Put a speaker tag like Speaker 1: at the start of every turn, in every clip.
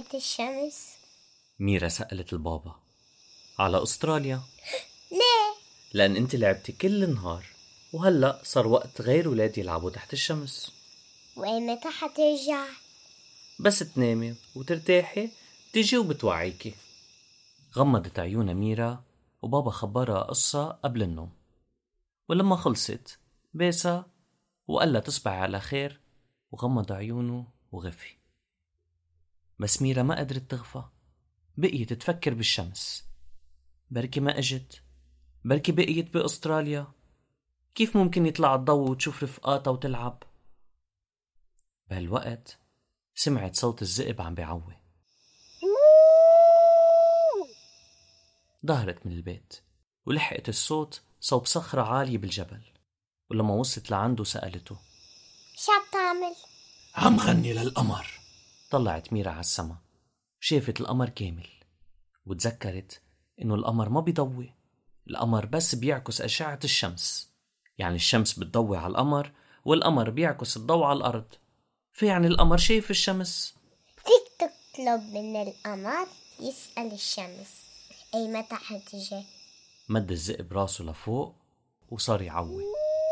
Speaker 1: تحت الشمس؟
Speaker 2: ميرا سألت البابا. على أستراليا.
Speaker 1: ليه؟
Speaker 2: لأن أنت لعبتي كل النهار، وهلأ صار وقت غير ولاد يلعبوا تحت الشمس.
Speaker 1: وإمتى حترجع؟
Speaker 2: بس تنامي وترتاحي تيجي وبتوعيكي. غمضت عيونها ميرا وبابا خبرها قصة قبل النوم، ولما خلصت بيسا وقال لها تصبح على خير وغمض عيونه وغفي. بس ميرا ما قدرت تغفى، بقيت تفكر بالشمس. بركي ما اجت، بركي بقيت بأستراليا، كيف ممكن يطلع الضوء وتشوف رفقاتها وتلعب؟ بهالوقت سمعت صوت الذئب عم بيعوي. ظهرت من البيت ولحقت الصوت صوب صخرة عالية بالجبل، ولما وصلت لعنده سألته
Speaker 1: شو بتعمل؟
Speaker 3: عم غني للقمر.
Speaker 2: طلعت ميرا على السما، شافت القمر كامل وتذكرت إنه القمر ما بيضوي، القمر بس بيعكس أشعة الشمس. يعني الشمس بتضوي على القمر والقمر بيعكس الضوء على الأرض، فيعني القمر شايف الشمس.
Speaker 1: فيك تطلب من القمر يسأل الشمس أي متى حتجي.
Speaker 2: مد الذئب راسه لفوق وصار يعوي.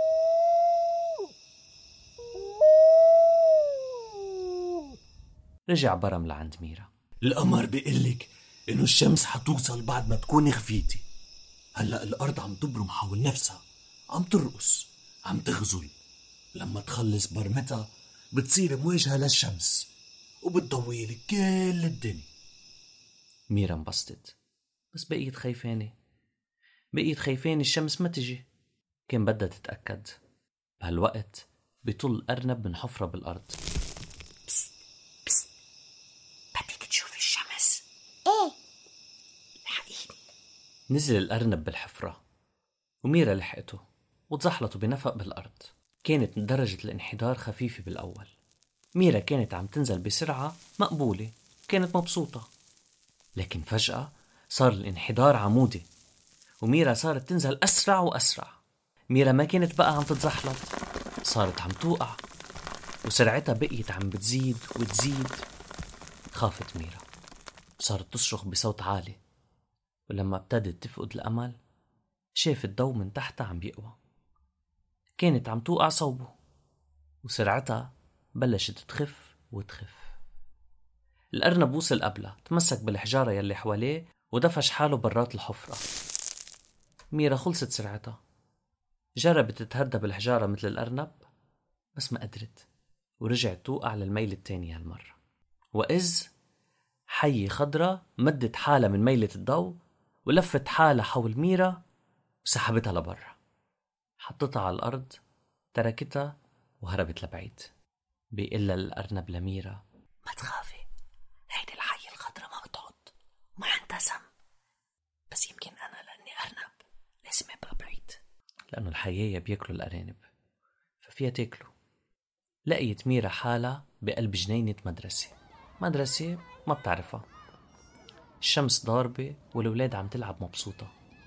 Speaker 2: رجع برم لعند ميرا.
Speaker 3: القمر بيقلك إنه الشمس حتوصل بعد ما تكوني خفيتي. هلأ الأرض عم تبرم حول نفسها، عم ترقص، عم تغزل. لما تخلص برمتها بتصير مواجهة للشمس وبتضوي لك كل الدنيا.
Speaker 2: ميرا انبسطت، بس بقيت خايفانة الشمس ما تجي. كان بدها تتأكد. بهالوقت بيطل أرنب من حفرة بالأرض.
Speaker 3: بس بدك تشوفي الشمس؟
Speaker 1: إيه؟
Speaker 3: الحقيقي.
Speaker 2: نزل الأرنب بالحفرة وميرا لحقته وتزحلطوا بنفق بالأرض. كانت درجة الانحدار خفيفة بالأول. ميرا كانت عم تنزل بسرعة مقبولة، كانت مبسوطة. لكن فجأة صار الانحدار عمودي وميرا صارت تنزل أسرع وأسرع. ميرا ما كانت بقى عم تتزحلط، صارت عم توقع، وسرعتها بقيت عم بتزيد وتزيد. خافت ميرا، صارت تصرخ بصوت عالي، ولما ابتدت تفقد الأمل شافت ضوء من تحتها عم بيقوى. كانت عم توقع صوبه، وسرعتها بلشت تخف وتخف. الأرنب وصل قبلها، تمسك بالحجارة يلي حواليه ودفش حاله برات الحفرة. ميرا خلصت سرعتها، جربت تتهدى بالحجارة مثل الأرنب بس ما قدرت، ورجعت توقع للميل التانية هالمرة. وإذ حية خضرة مدت حالها من ميلة الضوء ولفت حالها حول ميرا وسحبتها لبرا، حطتها على الأرض، تركتها وهربت لبعيد. بيقلها الأرنب لميرا
Speaker 3: ما تخافي، هيدي الحية الخضرة ما بتعض وما عندها سم، بس يمكن أنا لأني أرنب لازم أبقى بعيد.
Speaker 2: لأنه الحياة بياكلوا الأرانب ففيها تاكله. لقيت ميرا حالها بقلب جنينة مدرسة ما بتعرفها. الشمس ضاربة والولاد عم تلعب مبسوطة.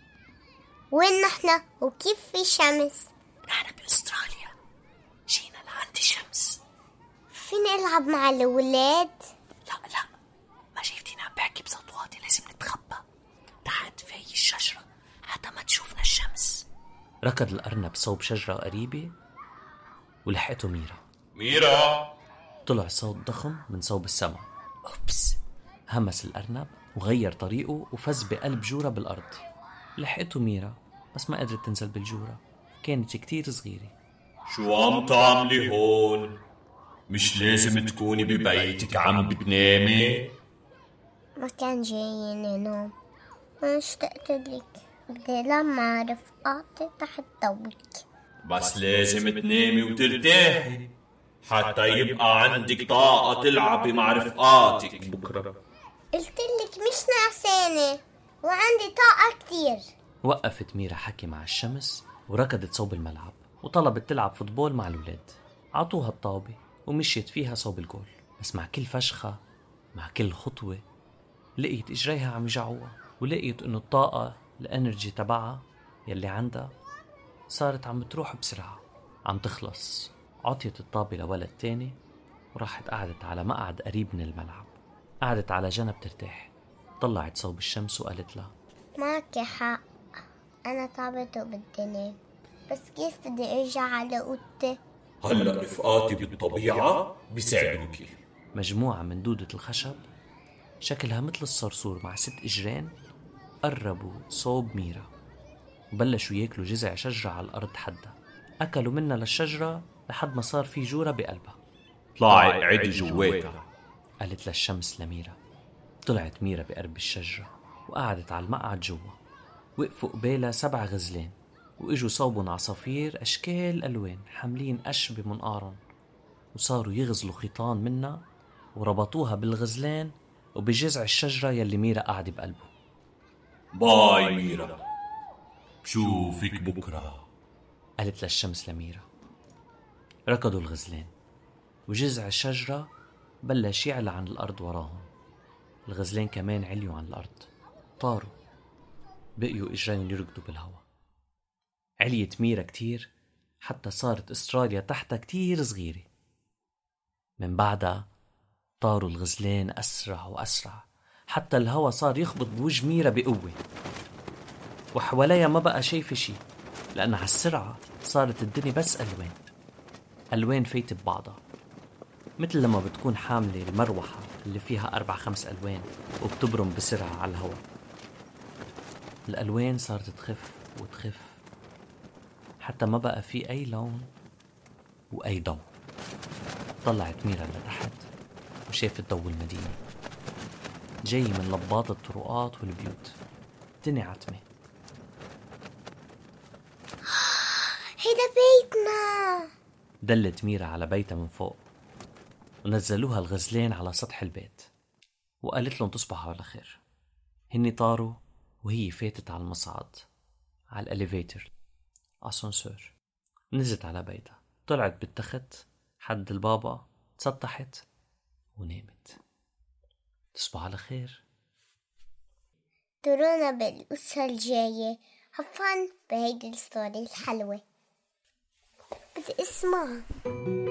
Speaker 1: وين نحن وكيف في شمس؟
Speaker 3: نحن بأستراليا، جينا لعند الشمس.
Speaker 1: فين ألعب مع الولاد؟
Speaker 3: لا ما شايفتيني عم بحكي بصوت واطي، لازم نتخبى تحت في الشجرة حتى ما تشوفنا الشمس.
Speaker 2: ركض الأرنب صوب شجرة قريبة ولحقته
Speaker 4: ميرا.
Speaker 2: طلع صوت ضخم من صوب السما.
Speaker 3: أوبس.
Speaker 2: همس الأرنب وغير طريقه وفز بقلب جورة بالأرض. لحقته ميرا بس ما قدرت تنزل بالجورة، كانت كتير صغيرة.
Speaker 4: شو عم تعملي هون؟ مش لازم تكوني ببيتك عم بتنامي؟
Speaker 1: ما كان جايين نوم، أنا اشتقت لك، بدي لما رفقاتي تحت ضوك.
Speaker 4: بس لازم تنامي وترتاحي حتى يبقى عندك طاقة تلعبي مع رفقاتك بكرة.
Speaker 1: قلت لك مش نعسانة وعندي طاقة كتير.
Speaker 2: وقفت ميرا حكي مع الشمس وركضت صوب الملعب وطلبت تلعب فوتبول مع الولاد. عطوها الطابة ومشيت فيها صوب الجول، بس مع كل فشخة مع كل خطوة لقيت إجريها عم يجعوها، ولقيت إنه الطاقة الانرجي تبعها يلي عندها صارت عم تروح بسرعة، عم تخلص. عطيت الطابة لولد تاني وراحت قعدت على مقعد قريب من الملعب. قعدت على جنب ترتاح. طلعت صوب الشمس وقالت لها:
Speaker 1: معك حق، أنا تعبت وبدي نام، بس كيف بدي أرجع على أوضتي؟
Speaker 4: هلأ رفقاتي بالطبيعة بيساعدوكي.
Speaker 2: مجموعة من دودة الخشب شكلها مثل الصرصور مع 6 إجرين قربوا صوب ميرا وبلشوا ياكلوا جذع شجرة على الأرض حدها. أكلوا منها للشجرة لحد ما صار في جورة بقلبها.
Speaker 4: طلعي عدي جواتها،
Speaker 2: قالت للشمس لميرا. طلعت ميرا بقرب الشجرة وقعدت على المقعد جوا. وقفوا قبالها 7 غزلان وإجوا صوبون عصافير أشكال ألوان حاملين قش بمنقارن، وصاروا يغزلوا خيطان منها وربطوها بالغزلان وبجذع الشجرة يلي ميرا قاعدة بقلبه.
Speaker 4: باي ميرا، بشوفك بكرة،
Speaker 2: قالت للشمس لميرا. ركضوا الغزلان وجذع الشجرة بلش يعلى عن الأرض وراهم. الغزلان كمان عليوا عن الأرض، طاروا، بقيوا إجرين يركضوا بالهواء. عليت ميرا كتير حتى صارت استراليا تحتها كتير صغيرة. من بعدها طاروا الغزلان أسرع وأسرع حتى الهواء صار يخبط بوجه ميرا بقوة، وحواليها ما بقى شايفة شي لأن على السرعة صارت الدنيا بس ألوان فايتة ببعضها، مثل لما بتكون حاملة المروحة اللي فيها 4-5 ألوان وبتبرم بسرعة على الهواء. الألوان صارت تخف وتخف حتى ما بقى في أي لون وأي ضوء. طلعت ميرا لتحت وشافت ضوء المدينة جاي من لباط الطرقات والبيوت. الدنيا عتمة.
Speaker 1: هيدا بيتنا.
Speaker 2: دلت ميرا على بيتها من فوق ونزلوها الغزلان على سطح البيت وقالت لهم تصبحوا على خير. هني طاروا وهي فاتت على المصعد، على الاليفيتر اسانسور. نزلت على بيتها، طلعت بالتخت حد البابا، تسطحت ونامت. تصبح على خير.
Speaker 1: درونا بالقصة الجاية. هفن بهيدي الستوري الحلوة، بدي اسمعها.